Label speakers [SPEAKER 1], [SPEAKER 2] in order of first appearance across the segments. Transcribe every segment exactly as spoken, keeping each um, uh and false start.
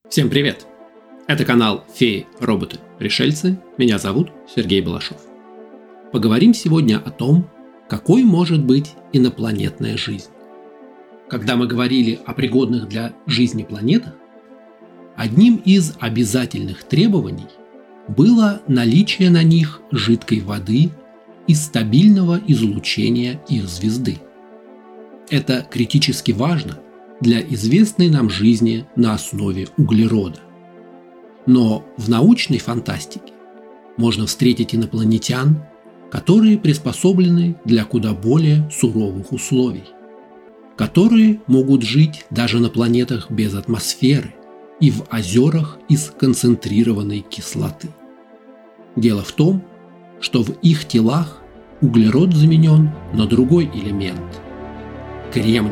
[SPEAKER 1] Всем привет! Это канал «Феи, роботы, пришельцы». Меня зовут Сергей Балашов. Поговорим сегодня о том, какой может быть инопланетная жизнь. Когда мы говорили о пригодных для жизни планетах, одним из обязательных требований было наличие на них жидкой воды и стабильного излучения их звезды. Это критически важно для известной нам жизни на основе углерода. Но в научной фантастике можно встретить инопланетян, которые приспособлены для куда более суровых условий, которые могут жить даже на планетах без атмосферы и в озерах из концентрированной кислоты. Дело в том, что в их телах углерод заменен на другой элемент – кремний.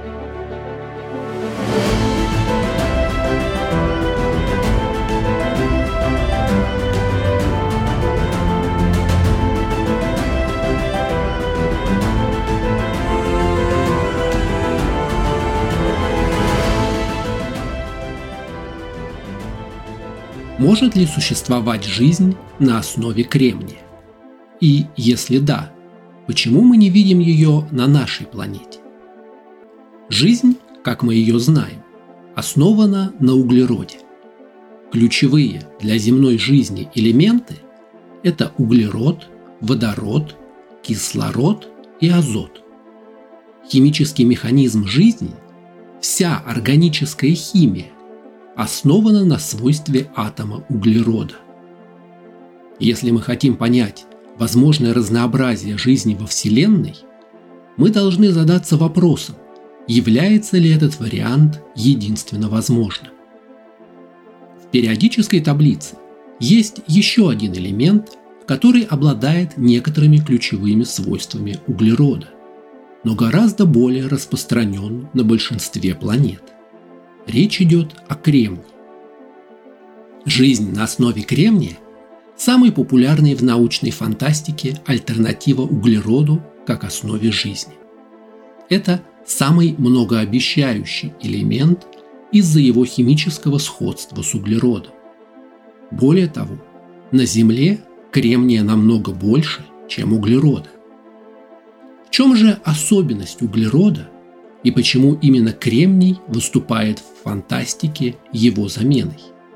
[SPEAKER 1] Может ли существовать жизнь на основе кремния? И если да, почему мы не видим ее на нашей планете? Жизнь, как мы ее знаем, основана на углероде. Ключевые для земной жизни элементы – это углерод, водород, кислород и азот. Химический механизм жизни, вся органическая химия, основана на свойстве атома углерода. Если мы хотим понять возможное разнообразие жизни во Вселенной, мы должны задаться вопросом, является ли этот вариант единственно возможным. В периодической таблице есть еще один элемент, который обладает некоторыми ключевыми свойствами углерода, но гораздо более распространен на большинстве планет. Речь идет о кремнии. Жизнь на основе кремния – самый популярный в научной фантастике альтернатива углероду как основе жизни. Это самый многообещающий элемент из-за его химического сходства с углеродом. Более того, на Земле кремния намного больше, чем углерода. В чем же особенность углерода и почему именно кремний выступает в фантастике его заменой?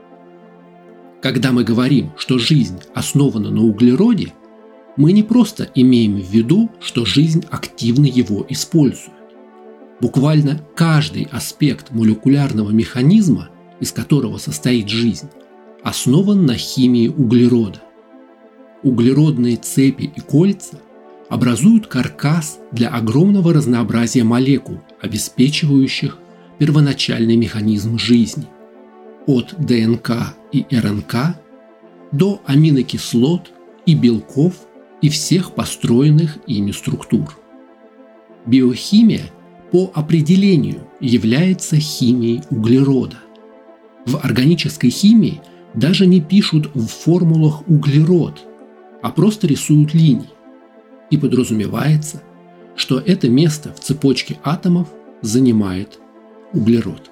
[SPEAKER 1] Когда мы говорим, что жизнь основана на углероде, мы не просто имеем в виду, что жизнь активно его использует. Буквально каждый аспект молекулярного механизма, из которого состоит жизнь, основан на химии углерода. Углеродные цепи и кольца образуют каркас для огромного разнообразия молекул, обеспечивающих первоначальный механизм жизни, от ДНК и РНК до аминокислот и белков и всех построенных ими структур. Биохимия по определению является химией углерода. В органической химии даже не пишут в формулах углерод, а просто рисуют линии. И подразумевается, что это место в цепочке атомов занимает углерод.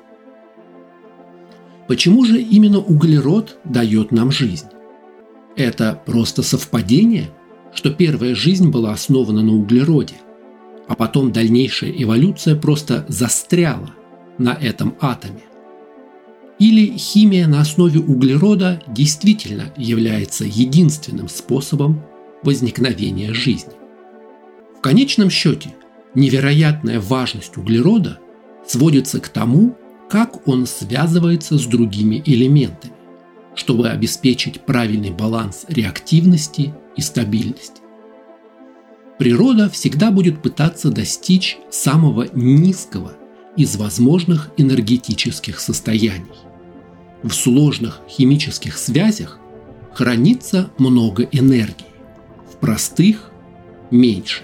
[SPEAKER 1] Почему же именно углерод дает нам жизнь? Это просто совпадение, что первая жизнь была основана на углероде, а потом дальнейшая эволюция просто застряла на этом атоме? Или химия на основе углерода действительно является единственным способом возникновения жизни? В конечном счете, невероятная важность углерода сводится к тому, как он связывается с другими элементами, чтобы обеспечить правильный баланс реактивности и стабильности. Природа всегда будет пытаться достичь самого низкого из возможных энергетических состояний. В сложных химических связях хранится много энергии, в простых – меньше.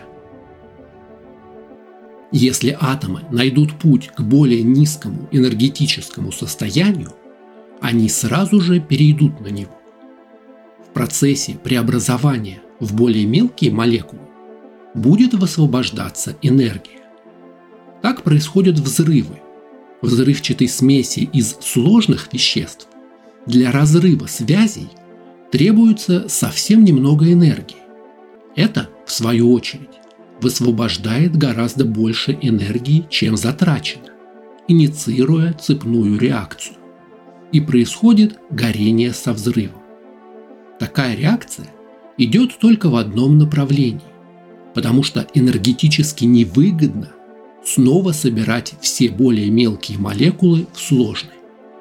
[SPEAKER 1] Если атомы найдут путь к более низкому энергетическому состоянию, они сразу же перейдут на него. В процессе преобразования в более мелкие молекулы будет высвобождаться энергия. Так происходят взрывы, взрывчатой смеси из сложных веществ, для разрыва связей требуется совсем немного энергии. Это, в свою очередь, высвобождает гораздо больше энергии, чем затрачено, инициируя цепную реакцию. И происходит горение со взрывом. Такая реакция идет только в одном направлении, потому что энергетически невыгодно снова собирать все более мелкие молекулы в сложные.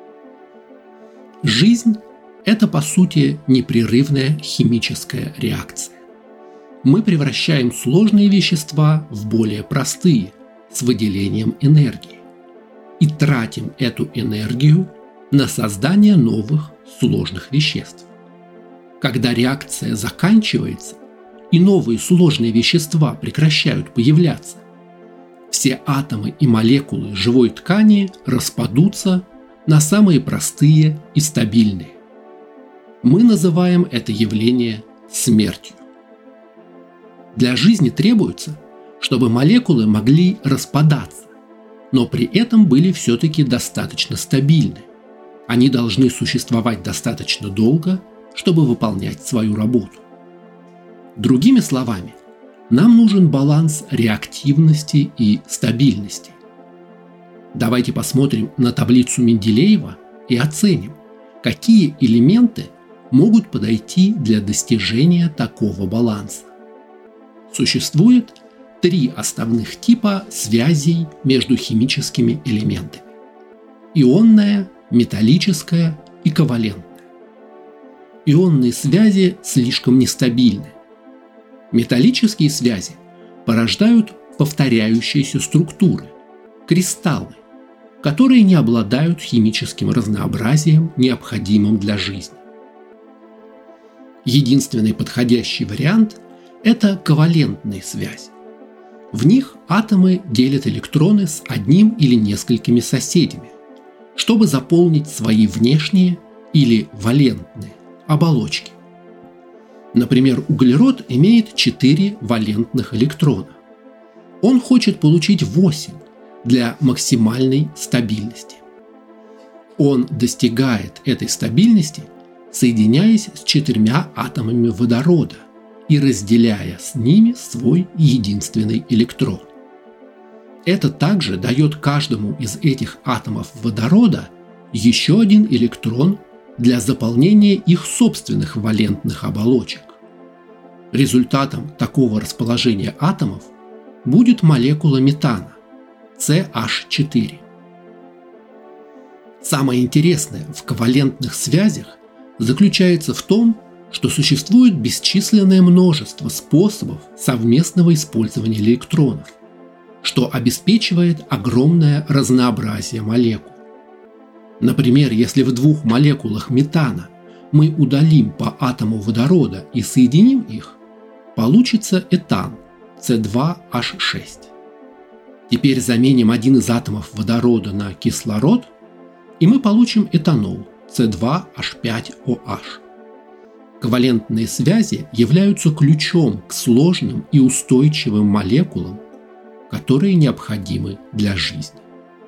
[SPEAKER 1] Жизнь – это, по сути, непрерывная химическая реакция. Мы превращаем сложные вещества в более простые, с выделением энергии, и тратим эту энергию на создание новых сложных веществ. Когда реакция заканчивается и новые сложные вещества прекращают появляться, все атомы и молекулы живой ткани распадутся на самые простые и стабильные. Мы называем это явление смертью. Для жизни требуется, чтобы молекулы могли распадаться, но при этом были все-таки достаточно стабильны. Они должны существовать достаточно долго, чтобы выполнять свою работу. Другими словами, нам нужен баланс реактивности и стабильности. Давайте посмотрим на таблицу Менделеева и оценим, какие элементы могут подойти для достижения такого баланса. Существует три основных типа связей между химическими элементами: ионная, металлическая и ковалентная. Ионные связи слишком нестабильны. Металлические связи порождают повторяющиеся структуры – кристаллы, которые не обладают химическим разнообразием, необходимым для жизни. Единственный подходящий вариант – это ковалентные связи. В них атомы делят электроны с одним или несколькими соседями, чтобы заполнить свои внешние или валентные оболочки. Например, углерод имеет четыре валентных электрона. Он хочет получить восемь для максимальной стабильности. Он достигает этой стабильности, соединяясь с четырьмя атомами водорода и разделяя с ними свой единственный электрон. Это также дает каждому из этих атомов водорода еще один электрон для заполнения их собственных валентных оболочек. Результатом такого расположения атомов будет молекула метана си эйч четыре. Самое интересное в ковалентных связях заключается в том, что существует бесчисленное множество способов совместного использования электронов, что обеспечивает огромное разнообразие молекул. Например, если в двух молекулах метана мы удалим по атому водорода и соединим их, получится этан си два эйч шесть. Теперь заменим один из атомов водорода на кислород, и мы получим этанол си два эйч пять о эйч. Ковалентные связи являются ключом к сложным и устойчивым молекулам, которые необходимы для жизни.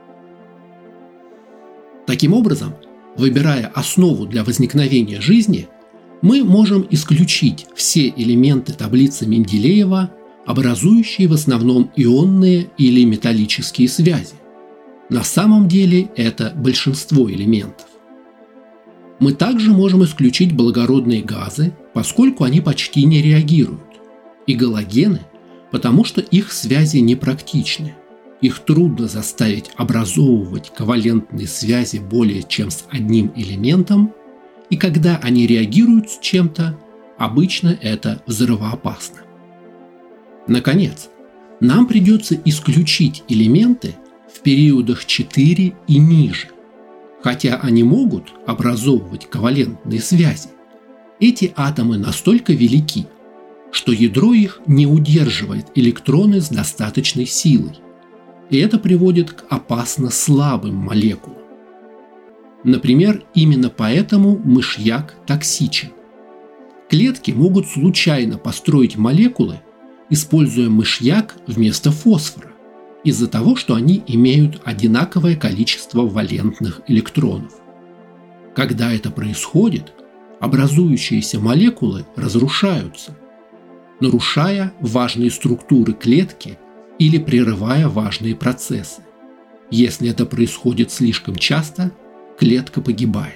[SPEAKER 1] Таким образом, выбирая основу для возникновения жизни, мы можем исключить все элементы таблицы Менделеева, образующие в основном ионные или металлические связи. На самом деле это большинство элементов. Мы также можем исключить благородные газы, поскольку они почти не реагируют, и галогены, потому что их связи непрактичны. Их трудно заставить образовывать ковалентные связи более чем с одним элементом, и когда они реагируют с чем-то, обычно это взрывоопасно. Наконец, нам придется исключить элементы в периодах четыре и ниже. Хотя они могут образовывать ковалентные связи, эти атомы настолько велики, что ядро их не удерживает электроны с достаточной силой, и это приводит к опасно слабым молекулам. Например, именно поэтому мышьяк токсичен. Клетки могут случайно построить молекулы, используя мышьяк вместо фосфора, из-за того, что они имеют одинаковое количество валентных электронов. Когда это происходит, образующиеся молекулы разрушаются, нарушая важные структуры клетки или прерывая важные процессы. Если это происходит слишком часто, клетка погибает.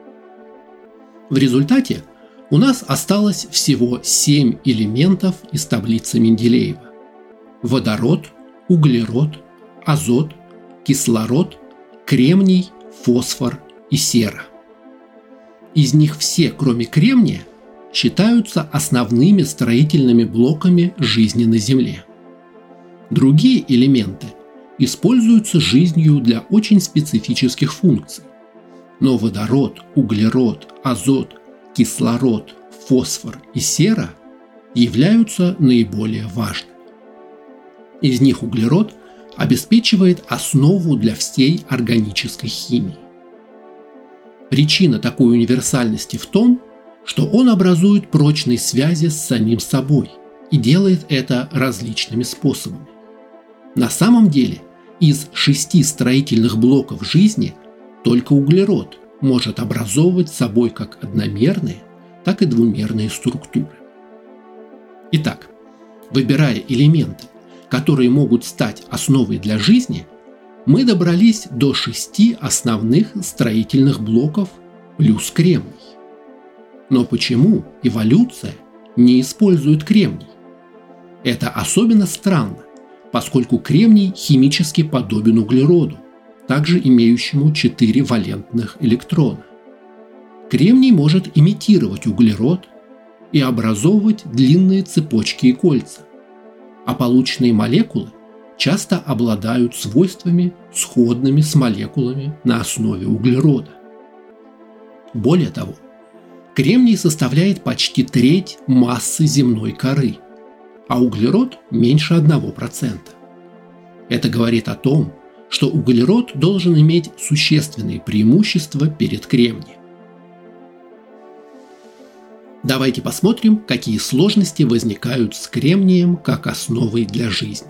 [SPEAKER 1] В результате у нас осталось всего семь элементов из таблицы Менделеева: водород, углерод, азот, кислород, кремний, фосфор и сера. Из них все, кроме кремния, считаются основными строительными блоками жизни на Земле. Другие элементы используются жизнью для очень специфических функций. Но водород, углерод, азот, кислород, фосфор и сера являются наиболее важными. Из них углерод обеспечивает основу для всей органической химии. Причина такой универсальности в том, что он образует прочные связи с самим собой и делает это различными способами. На самом деле, из шести строительных блоков жизни только углерод может образовывать собой как одномерные, так и двумерные структуры. Итак, выбирая элементы, которые могут стать основой для жизни, мы добрались до шести основных строительных блоков плюс кремний. Но почему эволюция не использует кремний? Это особенно странно, поскольку кремний химически подобен углероду, также имеющему четыре валентных электрона. Кремний может имитировать углерод и образовывать длинные цепочки и кольца, а полученные молекулы часто обладают свойствами, сходными с молекулами на основе углерода. Более того, кремний составляет почти треть массы земной коры, а углерод меньше одного процента. Это говорит о том, что углерод должен иметь существенные преимущества перед кремнием. Давайте посмотрим, какие сложности возникают с кремнием как основой для жизни.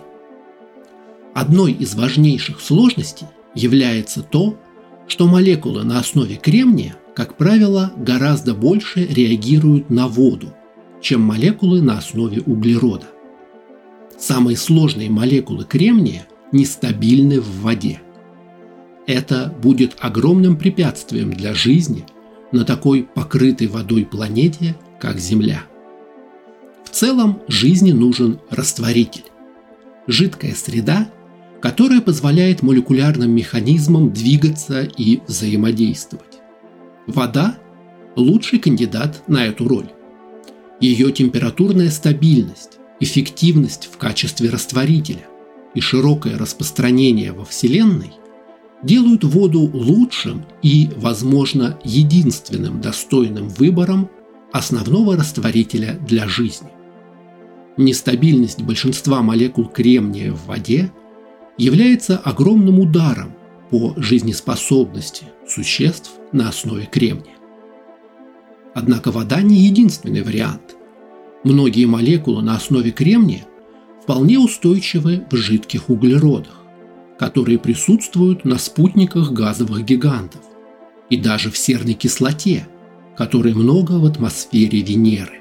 [SPEAKER 1] Одной из важнейших сложностей является то, что молекулы на основе кремния, как правило, гораздо больше реагируют на воду, чем молекулы на основе углерода. Самые сложные молекулы кремния нестабильны в воде. Это будет огромным препятствием для жизни на такой покрытой водой планете, как Земля. В целом жизни нужен растворитель – жидкая среда, которая позволяет молекулярным механизмам двигаться и взаимодействовать. Вода – лучший кандидат на эту роль. Ее температурная стабильность, эффективность в качестве растворителя и широкое распространение во Вселенной делают воду лучшим и, возможно, единственным достойным выбором основного растворителя для жизни. Нестабильность большинства молекул кремния в воде является огромным ударом по жизнеспособности существ на основе кремния. Однако вода не единственный вариант. Многие молекулы на основе кремния вполне устойчивы в жидких углеродах, которые присутствуют на спутниках газовых гигантов, и даже в серной кислоте, которой много в атмосфере Венеры.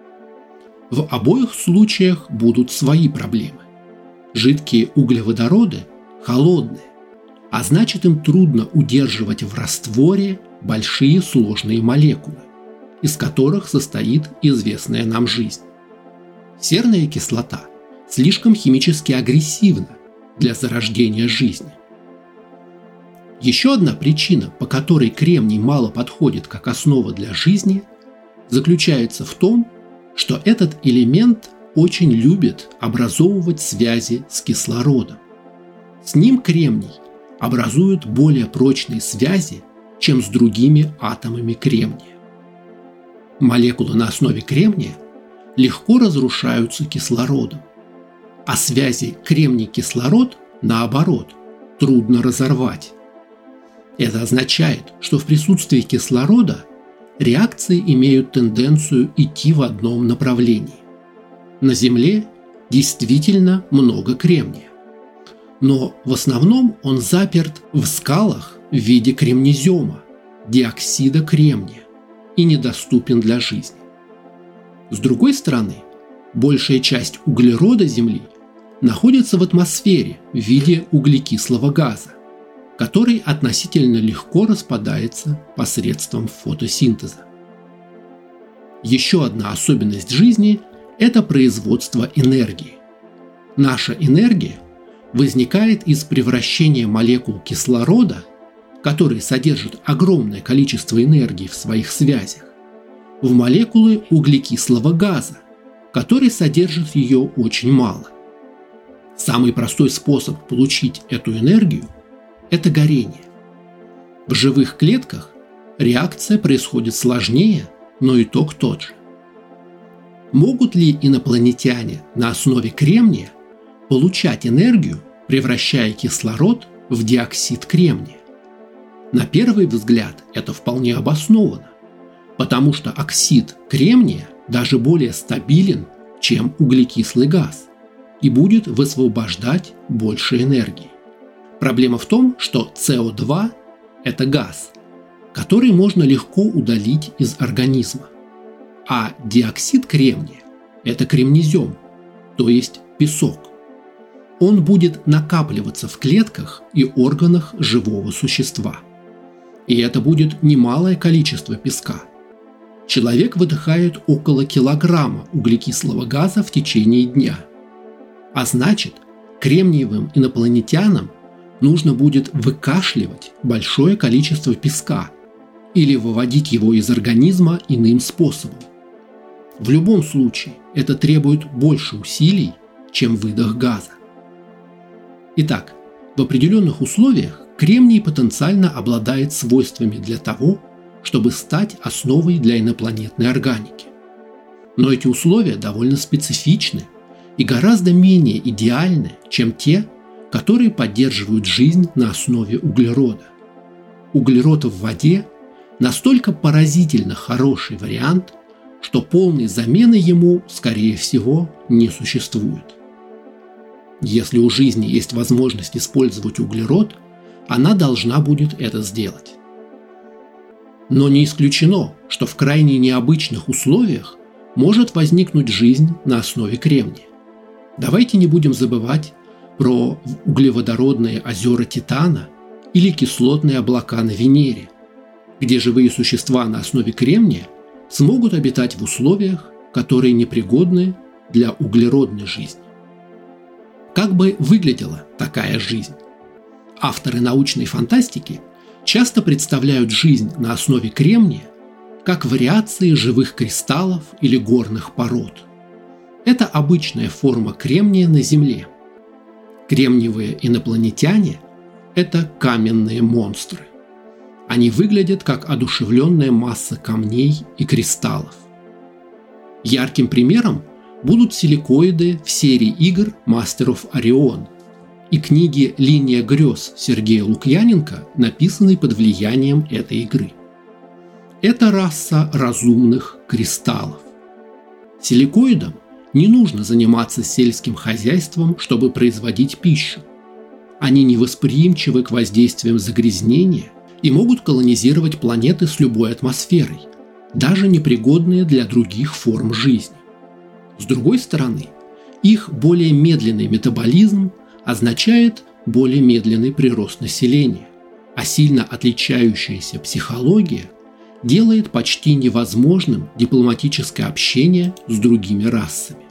[SPEAKER 1] В обоих случаях будут свои проблемы. Жидкие углеводороды холодные, а значит, им трудно удерживать в растворе большие сложные молекулы, из которых состоит известная нам жизнь. Серная кислота слишком химически агрессивна для зарождения жизни. Еще одна причина, по которой кремний мало подходит как основа для жизни, заключается в том, что этот элемент очень любит образовывать связи с кислородом. С ним кремний образует более прочные связи, чем с другими атомами кремния. Молекулы на основе кремния легко разрушаются кислородом, а связи кремний-кислород, наоборот, трудно разорвать. Это означает, что в присутствии кислорода реакции имеют тенденцию идти в одном направлении. На Земле действительно много кремния. Но в основном он заперт в скалах в виде кремнезема, диоксида кремния, и недоступен для жизни. С другой стороны, большая часть углерода Земли находится в атмосфере в виде углекислого газа, который относительно легко распадается посредством фотосинтеза. Еще одна особенность жизни – это производство энергии. Наша энергия возникает из превращения молекул кислорода, которые содержат огромное количество энергии в своих связях, в молекулы углекислого газа, который содержит ее очень мало. Самый простой способ получить эту энергию – это горение. В живых клетках реакция происходит сложнее, но итог тот же. Могут ли инопланетяне на основе кремния получать энергию, превращая кислород в диоксид кремния? На первый взгляд это вполне обосновано, потому что оксид кремния даже более стабилен, чем углекислый газ, и будет высвобождать больше энергии. Проблема в том, что С О два – это газ, который можно легко удалить из организма, а диоксид кремния – это кремнезем, то есть песок. Он будет накапливаться в клетках и органах живого существа. И это будет немалое количество песка. Человек выдыхает около килограмма углекислого газа в течение дня. А значит, кремниевым инопланетянам нужно будет выкашливать большое количество песка или выводить его из организма иным способом. В любом случае, это требует больше усилий, чем выдох газа. Итак, в определенных условиях кремний потенциально обладает свойствами для того, чтобы стать основой для инопланетной органики. Но эти условия довольно специфичны и гораздо менее идеальны, чем те, которые поддерживают жизнь на основе углерода. Углерод в воде настолько поразительно хороший вариант, что полной замены ему, скорее всего, не существует. Если у жизни есть возможность использовать углерод, она должна будет это сделать. Но не исключено, что в крайне необычных условиях может возникнуть жизнь на основе кремния. Давайте не будем забывать про углеводородные озера Титана или кислотные облака на Венере, где живые существа на основе кремния смогут обитать в условиях, которые непригодны для углеродной жизни. Как бы выглядела такая жизнь? Авторы научной фантастики часто представляют жизнь на основе кремния как вариации живых кристаллов или горных пород. Это обычная форма кремния на Земле. Кремниевые инопланетяне – это каменные монстры. Они выглядят как одушевленная масса камней и кристаллов. Ярким примером будут силикоиды в серии игр Master of Orion и книги «Линия грез» Сергея Лукьяненко, написанной под влиянием этой игры. Это раса разумных кристаллов. Силикоидам не нужно заниматься сельским хозяйством, чтобы производить пищу. Они невосприимчивы к воздействиям загрязнения и могут колонизировать планеты с любой атмосферой, даже непригодные для других форм жизни. С другой стороны, их более медленный метаболизм означает более медленный прирост населения, а сильно отличающаяся психология делает почти невозможным дипломатическое общение с другими расами.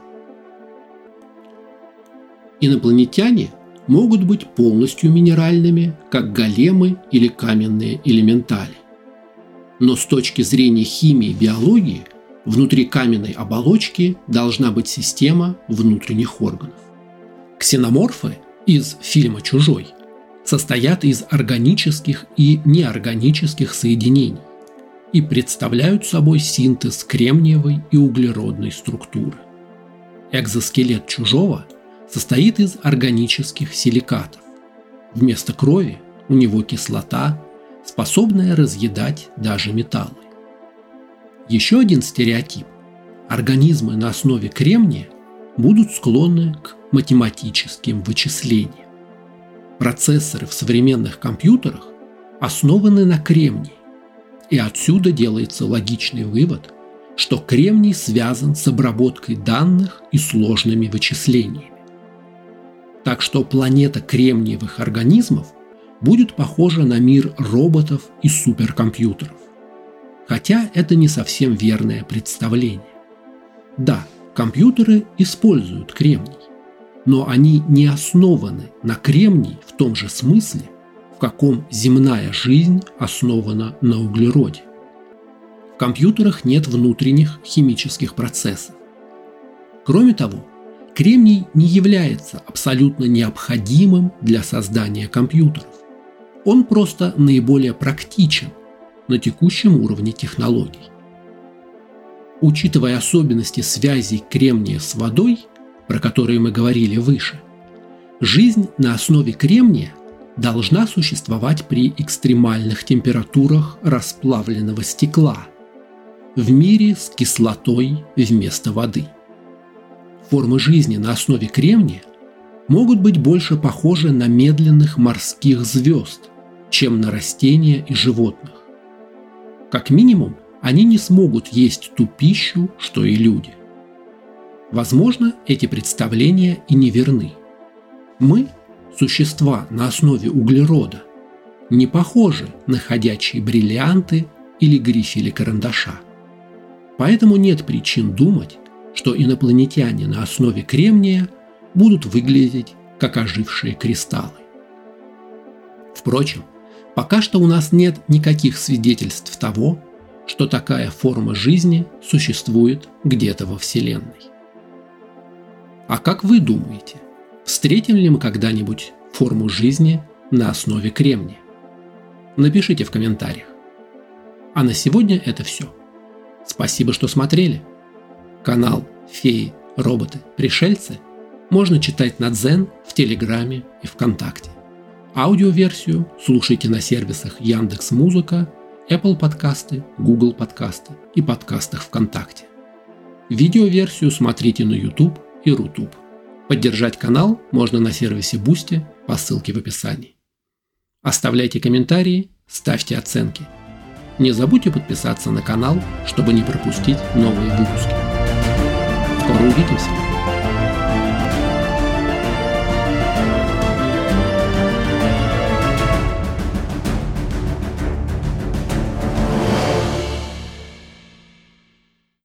[SPEAKER 1] Инопланетяне могут быть полностью минеральными, как големы или каменные элементали. Но с точки зрения химии и биологии, внутри каменной оболочки должна быть система внутренних органов. Ксеноморфы из фильма «Чужой» состоят из органических и неорганических соединений и представляют собой синтез кремниевой и углеродной структуры. Экзоскелет Чужого состоит из органических силикатов. Вместо крови у него кислота, способная разъедать даже металлы. Еще один стереотип – организмы на основе кремния будут склонны к математическим вычислениям. Процессоры в современных компьютерах основаны на кремнии, и отсюда делается логичный вывод, что кремний связан с обработкой данных и сложными вычислениями. Так что планета кремниевых организмов будет похожа на мир роботов и суперкомпьютеров. Хотя это не совсем верное представление. Да, компьютеры используют кремний, но они не основаны на кремнии в том же смысле, в каком земная жизнь основана на углероде. В компьютерах нет внутренних химических процессов. Кроме того, кремний не является абсолютно необходимым для создания компьютеров. Он просто наиболее практичен на текущем уровне технологий. Учитывая особенности связей кремния с водой, про которые мы говорили выше, жизнь на основе кремния должна существовать при экстремальных температурах расплавленного стекла, в мире с кислотой вместо воды. Формы жизни на основе кремния могут быть больше похожи на медленных морских звезд, чем на растения и животных. Как минимум, они не смогут есть ту пищу, что и люди. Возможно, эти представления и не верны. Мы, существа на основе углерода, не похожи на ходячие бриллианты или грифели карандаша. Поэтому нет причин думать, что инопланетяне на основе кремния будут выглядеть как ожившие кристаллы. Впрочем, пока что у нас нет никаких свидетельств того, что такая форма жизни существует где-то во Вселенной. А как вы думаете, встретим ли мы когда-нибудь форму жизни на основе кремния? Напишите в комментариях. А на сегодня это все. Спасибо, что смотрели. Канал «Феи, роботы, пришельцы» можно читать на Дзен, в Телеграме и ВКонтакте. Аудиоверсию слушайте на сервисах Яндекс.Музыка, Apple подкасты, Google подкасты и подкастах ВКонтакте. Видеоверсию смотрите на YouTube и Рутуб. Поддержать канал можно на сервисе Boosty по ссылке в описании. Оставляйте комментарии, ставьте оценки. Не забудьте подписаться на канал, чтобы не пропустить новые выпуски. Скоро увидимся!